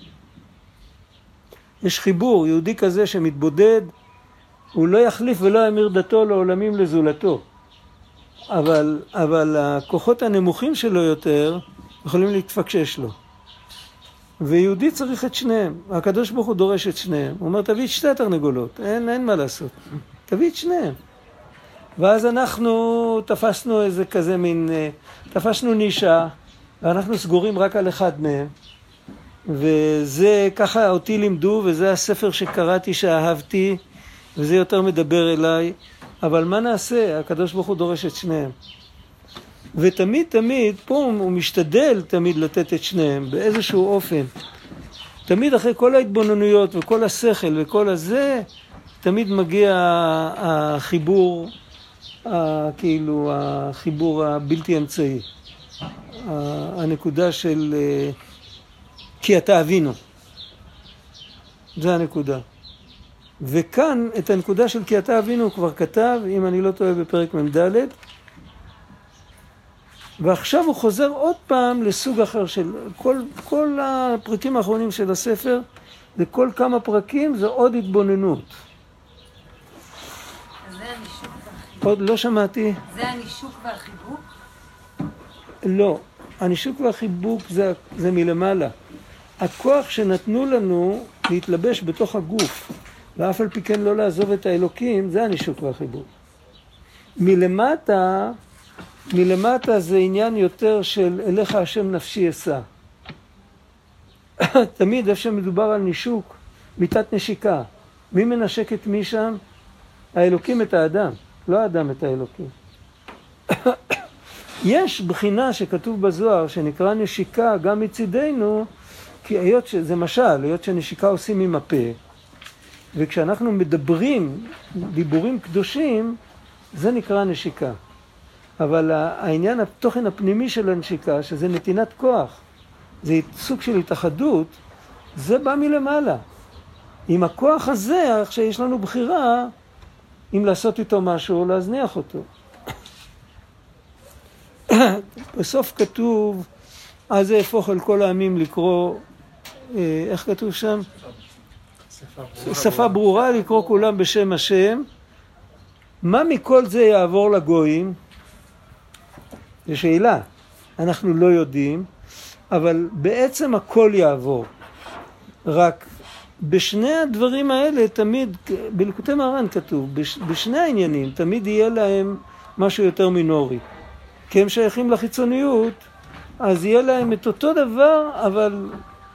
יש חיבור, יהודי כזה שמתבודד, הוא לא יחליף ולא ימיר דתו לעולמים לזולתו. אבל, אבל הכוחות הנמוכים שלו יותר יכולים להתפקשש לו. ויהודי צריך את שניהם. הקדוש ברוך הוא דורש את שניהם. הוא אומר, תביא את שתי התרנגולות, אין, אין מה לעשות. תביא את שניהם. ואז אנחנו תפסנו איזה כזה מין, תפסנו נישה, ואנחנו סגורים רק על אחד מהם. וזה ככה אותי לימדו, וזה הספר שקראתי שאהבתי, וזה יותר מדבר אליי. אבל מה נעשה? הקדוש ברוך הוא דורש את שניהם. ותמיד תמיד, פה הוא משתדל תמיד לתת את שניהם, באיזשהו אופן. תמיד אחרי כל ההתבוננויות וכל השכל וכל הזה, תמיד מגיע החיבור, כאילו החיבור הבלתי אמצעי. הנקודה של כי אתה אבינו. זה הנקודה. וכאן את הנקודה של כי אתה אבינו הוא כבר כתב, אם אני לא טועה בפרק ממד', ועכשיו הוא חוזר עוד פעם לסוג אחר של כל, כל הפרקים האחרונים של הספר, לכל כמה פרקים זה עוד התבוננות. זה הנישוק והחיבוק. עוד לא שמעתי. זה הנישוק והחיבוק? לא, הנישוק והחיבוק זה, זה מלמעלה. הכוח שנתנו לנו להתלבש בתוך הגוף, ואף על פי כן לא לעזוב את האלוקים, זה הנישוק והחיבוק. מלמטה, מלמטה זה עניין יותר של אליך השם נפשי אשא. תמיד איפה שמדובר על נישוק, מיטת נשיקה. מי מנשק את מי שם? האלוקים את האדם, לא האדם את האלוקים. יש בחינה שכתוב בזוהר שנקרא נשיקה גם מצידנו, כי היות שזה משל, היות שנשיקה עושים עם הפה, וכשאנחנו מדברים דיבורים קדושים, זה נקרא נשיקה. אבל העניין, התוכן הפנימי של הנשיקה, שזה נתינת כוח, זה סוג של התאחדות, זה בא מלמעלה. עם הכוח הזה, כשיש לנו בחירה, אם לעשות איתו משהו או להזניח אותו. בסוף כתוב, אז זה הפוך על כל העמים לקרוא, איך כתוב שם? שפה ברורה, לקרוא כולם בשם השם. מה מכל זה יעבור לגויים? זו שאלה. אנחנו לא יודעים, אבל בעצם הכל יעבור. רק בשני הדברים האלה תמיד, בליקוטי מהר"ן כתוב, בשני העניינים תמיד יהיה להם משהו יותר מינורי. כי הם שייכים לחיצוניות, אז יהיה להם את אותו דבר, אבל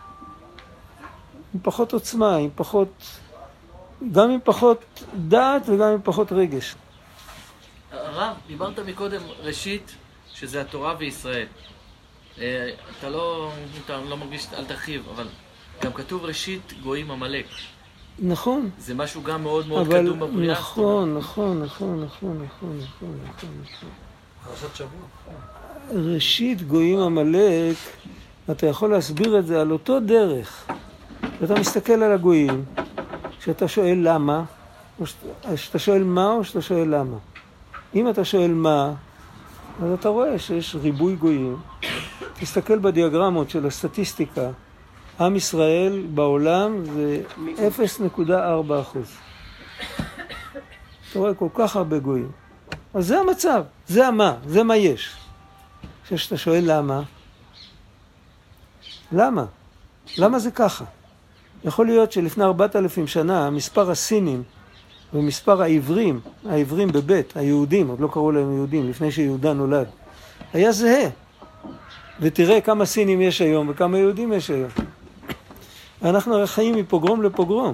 עם פחות עוצמה, עם פחות, גם עם פחות דעת וגם עם פחות רגש. הרב, דיברת מקודם ראשית שזה התורה וישראל. אתה לא, אתה לא מרגיש, אל תרחיב, אבל גם כתוב ראשית גויים עמלק. נכון. זה משהו גם מאוד מאוד קדום בבריאה. נכון, נכון, נכון, נכון, נכון, נכון, נכון. פרשת שבוע. ראשית גויים עמלק, אתה יכול להסביר את זה על אותו דרך. ואתה מסתכל על הגויים, שאתה שואל למה, או שאתה שואל מה או שאתה שואל למה. אם אתה שואל מה, אז אתה רואה שיש ריבוי גויים. תסתכל בדיאגרמות של הסטטיסטיקה, עם ישראל בעולם זה אפס נקודה ארבע אחוז. אתה רואה כל כך הרבה גויים. אז זה המצב, זה המה, זה מה יש. כשאתה שואל למה, למה? למה זה ככה? יכול להיות שלפני ארבעת אלפים שנה, מספר הסינים ומספר העברים, העברים בבית, היהודים, עוד לא קראו להם יהודים, לפני שיהודה נולד, היה זהה. ותראה כמה סינים יש היום וכמה יהודים יש היום. אנחנו הרי חיים מפוגרום לפוגרום.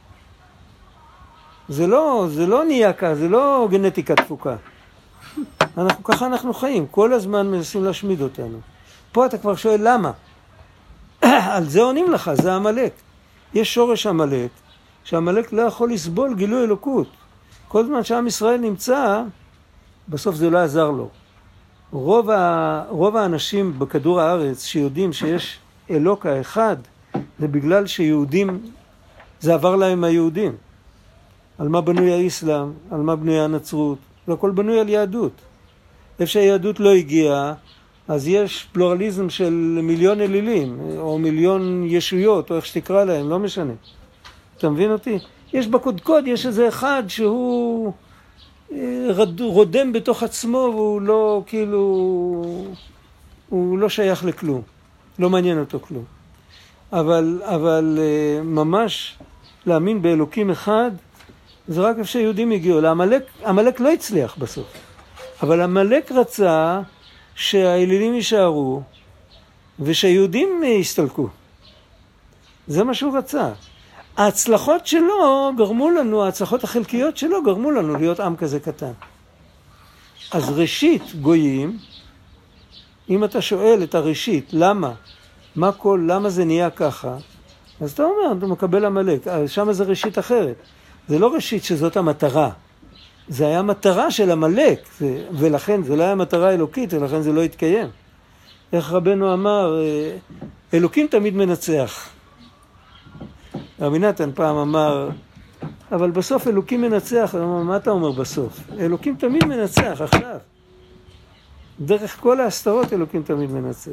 זה לא, זה לא נייקה, זה לא גנטיקה תפוקה. אנחנו, ככה אנחנו חיים, כל הזמן מנסים להשמיד אותנו. פה אתה כבר שואל למה? על זה עונים לך, זה המלאק. יש שורש המלאק, שהמלאק לא יכול לסבול גילוי אלוקות. כל זמן שעם ישראל נמצא, בסוף זה לא עזר לו. רוב, ה, רוב האנשים בכדור הארץ שיודעים שיש אלוקה אחד, זה בגלל שיהודים, זה עבר להם היהודים. על מה בנוי האסלאם, על מה בנוי הנצרות, והכל בנוי על יהדות. איפה שהיהדות לא הגיעה, אז יש פלורליזם של מיליון אלילים, או מיליון ישויות, או איך שתקרא להם, לא משנה. אתה מבין אותי? יש בקודקוד, יש איזה אחד שהוא רודם בתוך עצמו, והוא לא, כאילו, הוא לא שייך לכלום. לא מעניין אותו כלום. אבל, אבל ממש להאמין באלוקים אחד, זה רק איפה שיהודים הגיעו. המלאק, המלאק לא הצליח בסוף. אבל המלאק רצה שהאלילים יישארו, ושהיהודים יסתלקו. זה מה שהוא רצה. ההצלחות שלו גרמו לנו, ההצלחות החלקיות שלו גרמו לנו להיות עם כזה קטן. אז ראשית גויים, אם אתה שואל את הראשית, למה? מה כל, למה זה נהיה ככה? אז אתה אומר, אתה מקבל המלאק. שם זה ראשית אחרת. זה לא ראשית שזאת המטרה. זה היה מטרה של המלאק, ולכן זה לא היה מטרה אלוקית, ולכן זה לא התקיים. איך רבנו אמר, אלוקים תמיד מנצח. רבי נתן פעם אמר, אבל בסוף אלוקים מנצח. אמר, מה אתה אומר בסוף? אלוקים תמיד מנצח, עכשיו. דרך כל ההסתרות אלוקים תמיד מנצח.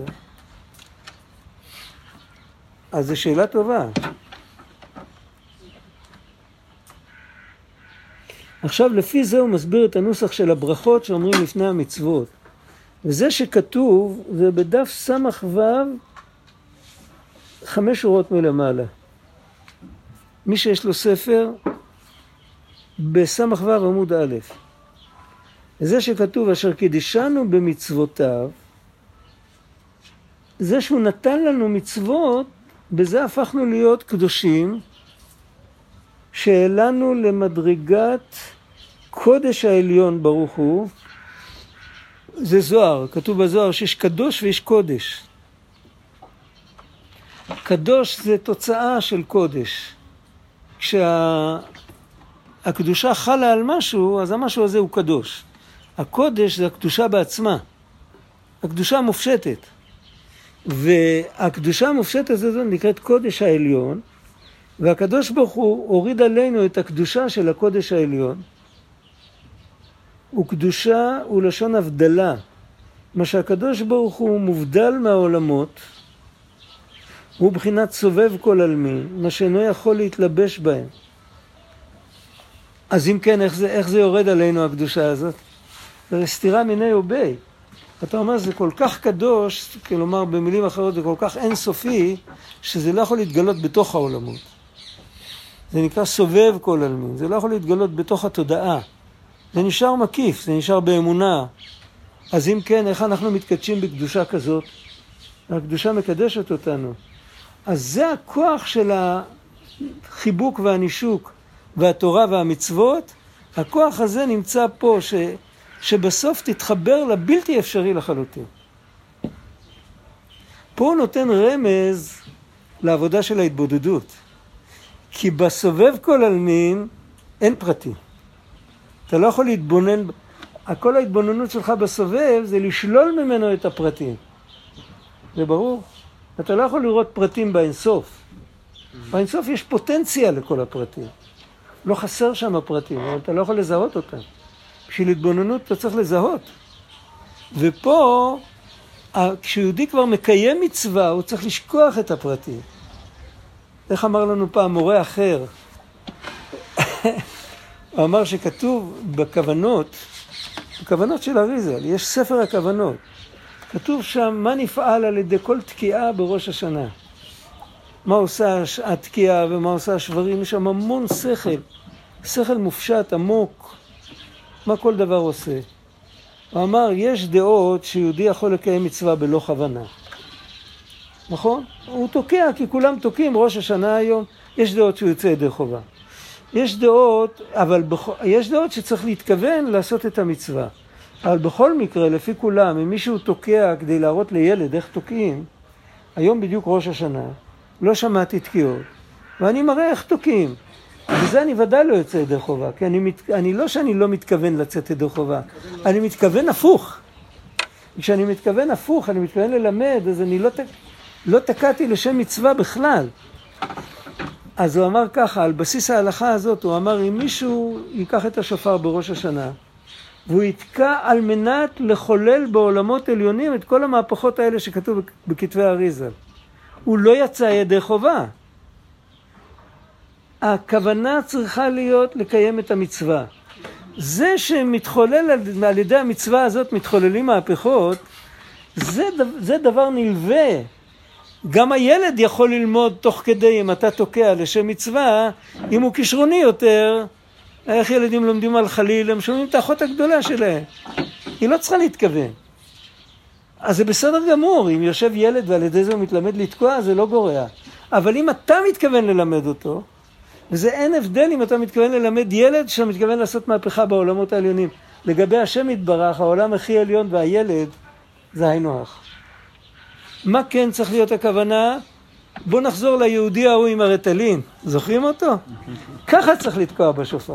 אז זו שאלה טובה. עכשיו לפי זה הוא מסביר את הנוסח של הברכות שאומרים לפני המצוות. וזה שכתוב זה בדף סמך ו' חמש שורות מלמעלה. מי שיש לו ספר בסמך ו' עמוד א'. וזה שכתוב אשר קידשנו במצוותיו, זה שהוא נתן לנו מצוות, בזה הפכנו להיות קדושים, שהעלנו למדרגת קודש העליון ברוך הוא. זה זוהר, כתוב בזוהר שיש קדוש ויש קודש. קדוש זה תוצאה של קודש. כשהקדושה חלה על משהו, אז המשהו הזה הוא קדוש. הקודש זה הקדושה בעצמה. הקדושה המופשטת. והקדושה המופשטת הזאת נקראת קודש העליון, והקדוש ברוך הוא הוריד עלינו את הקדושה של הקודש העליון. וקדושה הוא לשון הבדלה. מה שהקדוש ברוך הוא מובדל מהעולמות, הוא בחינת סובב כל עלמין, מה שאינו יכול להתלבש בהם. אז אם כן, איך זה, איך זה יורד עלינו הקדושה הזאת? זה סתירה מיני ובי. אתה אומר, זה כל כך קדוש, כלומר במילים אחרות זה כל כך אינסופי, שזה לא יכול להתגלות בתוך העולמות. זה נקרא סובב כל עלמין, זה לא יכול להתגלות בתוך התודעה. זה נשאר מקיף, זה נשאר באמונה. אז אם כן, איך אנחנו מתקדשים בקדושה כזאת? הקדושה מקדשת אותנו. אז זה הכוח של החיבוק והנישוק והתורה והמצוות. הכוח הזה נמצא פה, ש... שבסוף תתחבר לבלתי אפשרי לחלוטין. פה הוא נותן רמז לעבודה של ההתבודדות. כי בסובב כל עלמין אין פרטים. אתה לא יכול להתבונן, כל ההתבוננות שלך בסובב זה לשלול ממנו את הפרטים. זה ברור? אתה לא יכול לראות פרטים באינסוף. באינסוף יש פוטנציה לכל הפרטים. לא חסר שם הפרטים, אבל אתה לא יכול לזהות אותם. בשביל התבוננות אתה צריך לזהות. ופה, כשיהודי כבר מקיים מצווה, הוא צריך לשכוח את הפרטים. איך אמר לנו פעם מורה אחר? הוא אמר שכתוב בכוונות, בכוונות של אריזל, יש ספר הכוונות. כתוב שם מה נפעל על ידי כל תקיעה בראש השנה. מה עושה התקיעה ומה עושה השברים, יש שם המון שכל, שכל מופשט, עמוק, מה כל דבר עושה. הוא אמר, יש דעות שיהודי יכול לקיים מצווה בלא כוונה. נכון? הוא תוקע, כי כולם תוקעים ראש השנה היום, יש דעות שהוא יוצא ידי חובה. יש דעות, אבל בכ... יש דעות שצריך להתכוון לעשות את המצווה. אבל בכל מקרה, לפי כולם, אם מישהו תוקע כדי להראות לילד איך תוקעים, היום בדיוק ראש השנה, לא שמעתי תקיעות, ואני מראה איך תוקעים. וזה אני ודאי לא יוצא ידי חובה, כי אני, מת... אני לא שאני לא מתכוון לצאת ידי חובה, אני מתכוון הפוך. כשאני מתכוון הפוך, אני מתכוון ללמד, אז אני לא, ת... לא תקעתי לשם מצווה בכלל. אז הוא אמר ככה, על בסיס ההלכה הזאת, הוא אמר, אם מישהו ייקח את השופר בראש השנה, והוא יתקע על מנת לחולל בעולמות עליונים את כל המהפכות האלה שכתוב בכתבי האריז"ל. הוא לא יצא ידי חובה. הכוונה צריכה להיות לקיים את המצווה. זה שמתחולל על ידי המצווה הזאת, מתחוללים מהפכות, זה, זה דבר נלווה. גם הילד יכול ללמוד תוך כדי, אם אתה תוקע לשם מצווה, אם הוא כישרוני יותר, איך ילדים לומדים על חליל, הם שומעים את האחות הגדולה שלהם. היא לא צריכה להתכוון. אז זה בסדר גמור, אם יושב ילד ועל ידי זה הוא מתלמד לתקוע, זה לא גורע. אבל אם אתה מתכוון ללמד אותו, וזה אין הבדל אם אתה מתכוון ללמד ילד שאתה מתכוון לעשות מהפכה בעולמות העליונים. לגבי השם יתברך, העולם הכי עליון והילד, זה היינו הך. מה כן צריך להיות הכוונה? בוא נחזור ליהודי ההוא עם הרטלין. זוכרים אותו? ככה צריך לתקוע בשופר.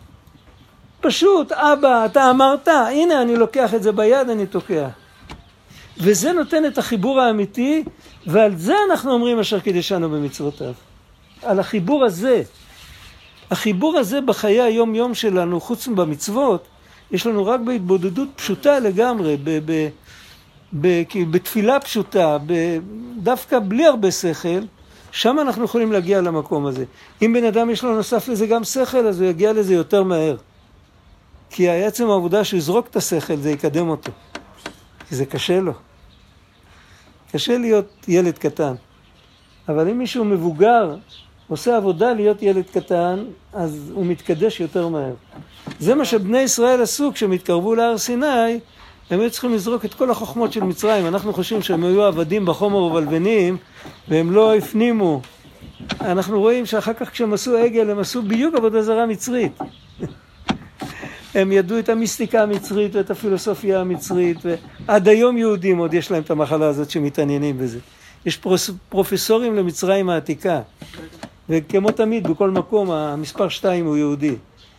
פשוט, אבא, אתה אמרת, הנה אני לוקח את זה ביד, אני תוקע. וזה נותן את החיבור האמיתי, ועל זה אנחנו אומרים אשר קידשנו במצוותיו. על החיבור הזה. החיבור הזה בחיי היום יום שלנו, חוץ מבמצוות, יש לנו רק בהתבודדות פשוטה לגמרי, ב- ב- ב- בתפילה פשוטה, ב- דווקא בלי הרבה שכל, שם אנחנו יכולים להגיע למקום הזה. אם בן אדם יש לו נוסף לזה גם שכל, אז הוא יגיע לזה יותר מהר. כי העצם העבודה שהוא יזרוק את השכל, זה יקדם אותו. כי זה קשה לו. קשה להיות ילד קטן. אבל אם מישהו מבוגר עושה עבודה להיות ילד קטן, אז הוא מתקדש יותר מהר. זה מה שבני ישראל עשו כשהם התקרבו להר סיני, הם היו צריכים לזרוק את כל החוכמות של מצרים. אנחנו חושבים שהם היו עבדים בחומר ובלבנים, והם לא הפנימו. אנחנו רואים שאחר כך כשהם עשו עגל, הם עשו בדיוק עבודה זרה מצרית. הם ידעו את המיסטיקה המצרית ואת הפילוסופיה המצרית, ועד היום יהודים עוד יש להם את המחלה הזאת שמתעניינים בזה. יש פרופסורים למצרים העתיקה, וכמו תמיד בכל מקום המספר שתיים הוא יהודי.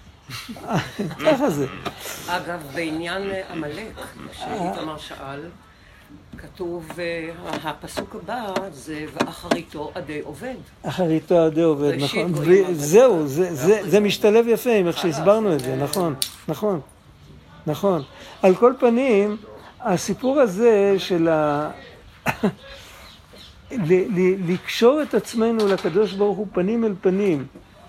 ככה זה. אגב, בעניין עמלק, שאיתמר שאל, כתוב, הפסוק הבא זה ואחריתו עדי עובד. אחריתו עדי עובד, נכון. זהו, זה משתלב יפה עם איך שהסברנו את זה, נכון, נכון, נכון. על כל פנים, הסיפור הזה של ה... לקשור את עצמנו לקדוש ברוך הוא פנים אל פנים,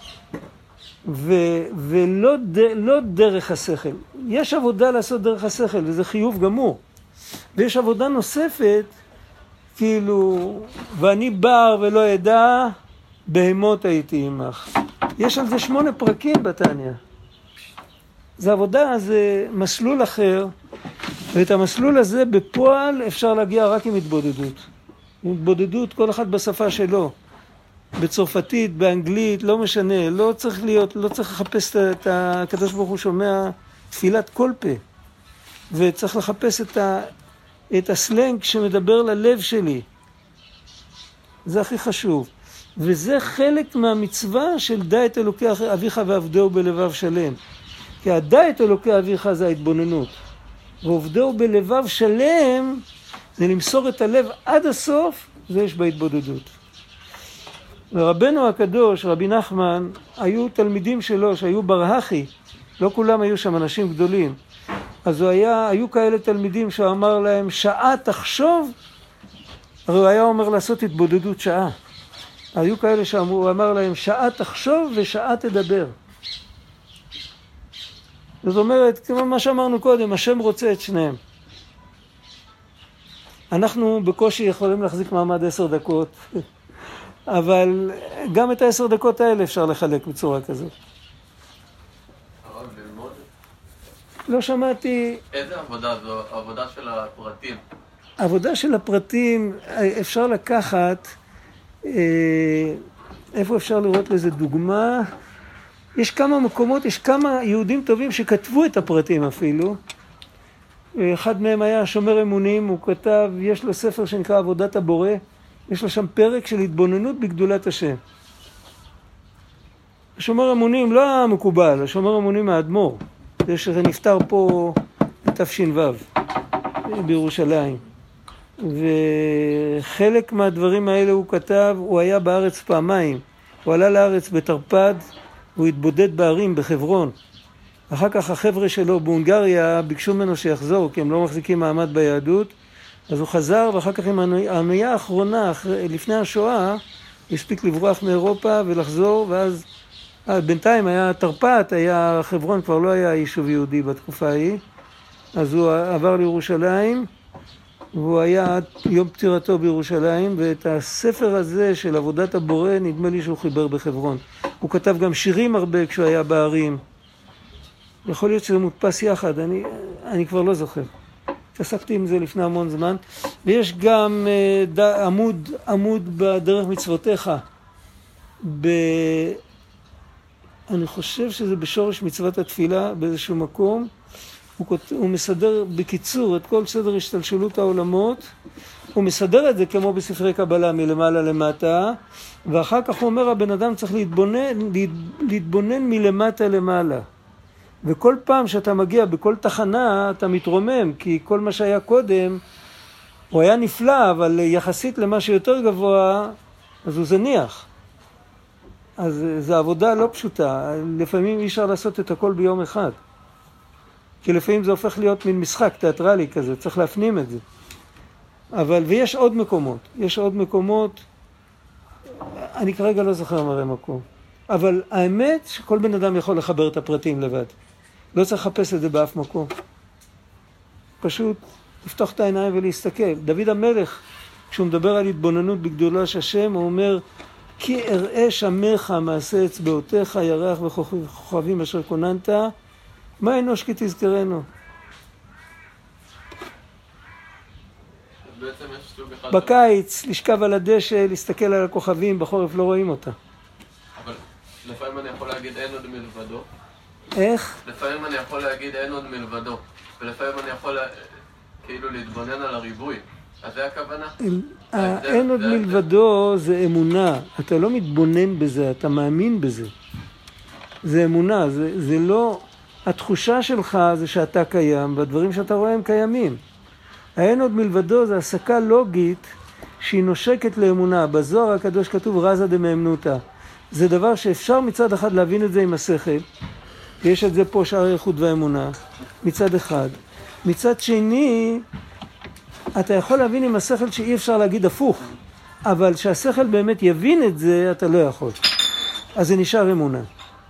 ולא לא דרך השכל. יש עבודה לעשות דרך השכל, וזה חיוב גמור. ויש עבודה נוספת, כאילו, ואני בר ולא ידע, בהמות הייתי עמך. יש על זה שמונה פרקים בתניא. זה עבודה, זה מסלול אחר, ואת המסלול הזה בפועל אפשר להגיע רק עם התבודדות. עם התבודדות כל אחד בשפה שלו. בצרפתית, באנגלית, לא משנה, לא צריך להיות, לא צריך לחפש את הקדוש ברוך הוא שומע תפילת כל פה. וצריך לחפש את, ה, את הסלנג שמדבר ללב שלי. זה הכי חשוב. וזה חלק מהמצווה של דע את אלוקי אביך ועבדהו בלבב שלם. כי הדע את אלוקי אביך זה ההתבוננות. ועובדהו בלבב שלם זה למסור את הלב עד הסוף, זה יש בהתבודדות. ורבנו הקדוש, רבי נחמן, היו תלמידים שלו שהיו ברהכי. לא כולם היו שם אנשים גדולים. אז הוא היה, היו כאלה תלמידים שהוא אמר להם, שעה תחשוב, הרי הוא היה אומר לעשות התבודדות שעה. היו כאלה שהוא אמר להם, שעה תחשוב ושעה תדבר. זאת אומרת, כמו מה שאמרנו קודם, השם רוצה את שניהם. אנחנו בקושי יכולים להחזיק מעמד עשר דקות. אבל גם את העשר דקות האלה אפשר לחלק בצורה כזאת. הרב, ללמוד? לא שמעתי... איזה עבודה זו? עבודה של הפרטים. עבודה של הפרטים אפשר לקחת, איפה אפשר לראות לזה דוגמה? יש כמה מקומות, יש כמה יהודים טובים שכתבו את הפרטים אפילו. אחד מהם היה שומר אמונים, הוא כתב, יש לו ספר שנקרא עבודת הבורא, יש לו שם פרק של התבוננות בגדולת השם. השומר אמונים לא המקובל, השומר אמונים האדמו"ר, זה שנפטר פה בתש"ו בירושלים. וחלק מהדברים האלה הוא כתב, הוא היה בארץ פעמיים, הוא עלה לארץ בתרפ"ד, הוא התבודד בערים בחברון. אחר כך החבר'ה שלו בהונגריה ביקשו ממנו שיחזור, כי הם לא מחזיקים מעמד ביהדות, אז הוא חזר, ואחר כך עם הענויה האחרונה, לפני השואה, הוא הספיק לברוח מאירופה ולחזור, ואז בינתיים היה תרפ"ט, היה חברון, כבר לא היה יישוב יהודי בתקופה ההיא, אז הוא עבר לירושלים, והוא היה עד יום פטירתו בירושלים, ואת הספר הזה של עבודת הבורא נדמה לי שהוא חיבר בחברון. הוא כתב גם שירים הרבה כשהוא היה בערים. יכול להיות שזה מודפס יחד, אני, אני כבר לא זוכר. התעסקתי עם זה לפני המון זמן. ויש גם uh, ד, עמוד, עמוד בדרך מצוותיך. ב... אני חושב שזה בשורש מצוות התפילה באיזשהו מקום. הוא, כות... הוא מסדר בקיצור את כל סדר השתלשלות העולמות. הוא מסדר את זה כמו בספרי קבלה מלמעלה למטה. ואחר כך הוא אומר, הבן אדם צריך להתבונן, להת... להתבונן מלמטה למעלה. וכל פעם שאתה מגיע בכל תחנה אתה מתרומם, כי כל מה שהיה קודם הוא היה נפלא, אבל יחסית למה שיותר גבוה אז הוא זניח. אז זו עבודה לא פשוטה, לפעמים אי אפשר לעשות את הכל ביום אחד, כי לפעמים זה הופך להיות מין משחק תיאטרלי כזה, צריך להפנים את זה. אבל ויש עוד מקומות, יש עוד מקומות, אני כרגע לא זוכר מראה מקום, אבל האמת שכל בן אדם יכול לחבר את הפרטים לבד. לא צריך לחפש את זה באף מקום. פשוט לפתוח את העיניים ולהסתכל. דוד המלך, כשהוא מדבר על התבוננות בגדולת השם, הוא אומר, כי אראה שמך מעשה אצבעותיך, ירח וכוכבים אשר כוננת, מה אנוש כי תזכרנו? בקיץ, לשכב על הדשא, להסתכל על הכוכבים, בחורף לא רואים אותה. אבל לפעמים אני יכול להגיד אין עוד מלבדו. איך? לפעמים אני יכול להגיד אין עוד מלבדו, ולפעמים אני יכול כאילו להתבונן על הריבוי. אז זה הכוונה? אין עוד מלבדו זה אמונה. אתה לא מתבונן בזה, אתה מאמין בזה. זה אמונה, זה, זה לא... התחושה שלך זה שאתה קיים, והדברים שאתה רואה הם קיימים. האין עוד מלבדו זה הסקה לוגית שהיא נושקת לאמונה. בזוהר הקדוש כתוב רזה דמאמנותא. זה דבר שאפשר מצד אחד להבין את זה עם השכל. יש את זה פה שער הייחוד והאמונה, מצד אחד. מצד שני, אתה יכול להבין עם השכל שאי אפשר להגיד הפוך, אבל שהשכל באמת יבין את זה, אתה לא יכול. אז זה נשאר אמונה.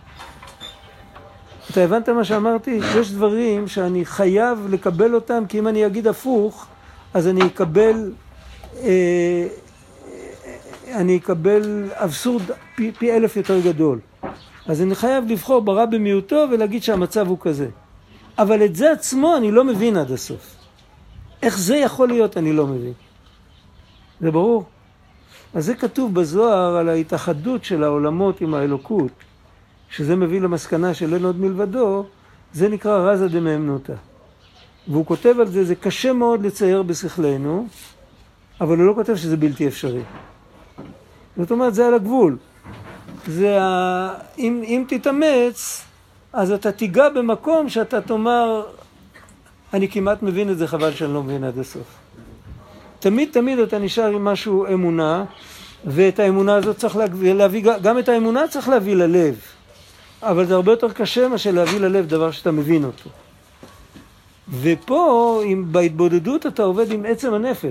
אתה הבנת מה שאמרתי? יש דברים שאני חייב לקבל אותם, כי אם אני אגיד הפוך, אז אני אקבל, אה, אני אקבל אבסורד פי, פי אלף יותר גדול. אז אני חייב לבחור ברע במיעוטו ולהגיד שהמצב הוא כזה. אבל את זה עצמו אני לא מבין עד הסוף. איך זה יכול להיות אני לא מבין. זה ברור? אז זה כתוב בזוהר על ההתאחדות של העולמות עם האלוקות, שזה מביא למסקנה של אין עוד מלבדו, זה נקרא רזה דמאמנותא. והוא כותב על זה, זה קשה מאוד לצייר בשכלנו, אבל הוא לא כותב שזה בלתי אפשרי. זאת אומרת, זה על הגבול. זה ה... אם, אם תתאמץ, אז אתה תיגע במקום שאתה תאמר, אני כמעט מבין את זה, חבל שאני לא מבין עד הסוף. תמיד תמיד אתה נשאר עם משהו אמונה, ואת האמונה הזאת צריך להביא, גם את האמונה צריך להביא ללב. אבל זה הרבה יותר קשה מה שלהביא ללב דבר שאתה מבין אותו. ופה, אם בהתבודדות אתה עובד עם עצם הנפש.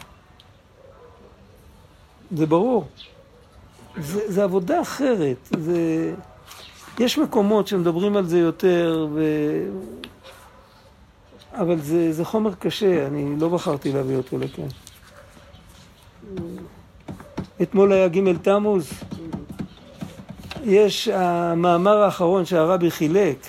זה ברור. זה, זה עבודה אחרת. זה... יש מקומות שמדברים על זה יותר, ו... אבל זה, זה חומר קשה, אני לא בחרתי להביא אותו לכאן. אתמול היה ג' תמוז. יש המאמר האחרון שהרבי חילק.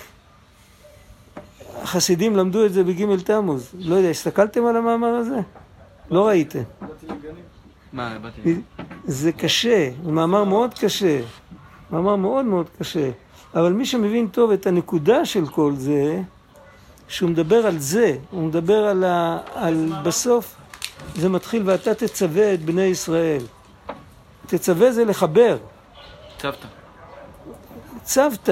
החסידים למדו את זה בג' תמוז. לא יודע, הסתכלתם על המאמר הזה? לא ראיתם. מה, באתי? זה קשה, הוא מאמר מאוד קשה. מאמר מאוד מאוד קשה. אבל מי שמבין טוב את הנקודה של כל זה, שהוא מדבר על זה, הוא מדבר על, ה, על בסוף, זה מתחיל ואתה תצווה את בני ישראל. תצווה זה לחבר. צוות. צוות.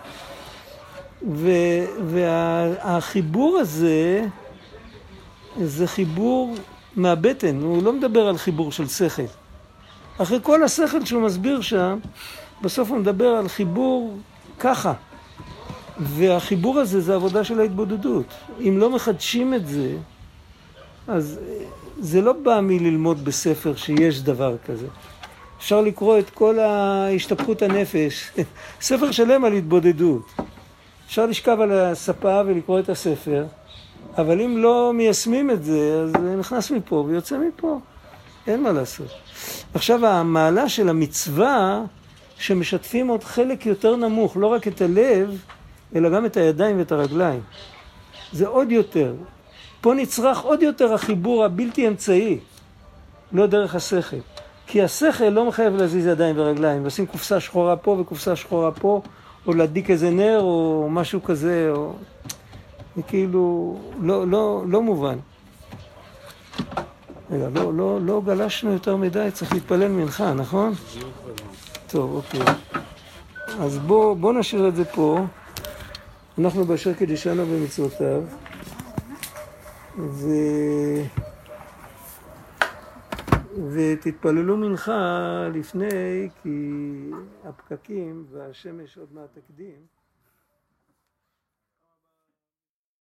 והחיבור הזה, זה חיבור מהבטן, הוא לא מדבר על חיבור של שכל. אחרי כל השכל שהוא מסביר שם, בסוף הוא מדבר על חיבור ככה. והחיבור הזה זה עבודה של ההתבודדות. אם לא מחדשים את זה, אז זה לא בא מללמוד בספר שיש דבר כזה. אפשר לקרוא את כל ההשתפכות הנפש, ספר שלם על התבודדות. אפשר לשכב על הספה ולקרוא את הספר, אבל אם לא מיישמים את זה, אז זה נכנס מפה ויוצא מפה. אין מה לעשות. עכשיו, המעלה של המצווה, שמשתפים עוד חלק יותר נמוך, לא רק את הלב, אלא גם את הידיים ואת הרגליים. זה עוד יותר. פה נצרך עוד יותר החיבור הבלתי אמצעי, לא דרך השכל. כי השכל לא מחייב להזיז ידיים ורגליים, לשים קופסה שחורה פה וקופסה שחורה פה, או להדליק איזה נר או משהו כזה, או... זה כאילו לא, לא, לא מובן. רגע, לא, לא, לא גלשנו יותר מדי, צריך להתפלל מנחה, נכון? טוב, אוקיי. אז בוא, בוא נשאיר את זה פה. אנחנו באשר קדישנו במצוותיו. ו... ותתפללו מנחה לפני, כי הפקקים והשמש עוד מעט תקדים.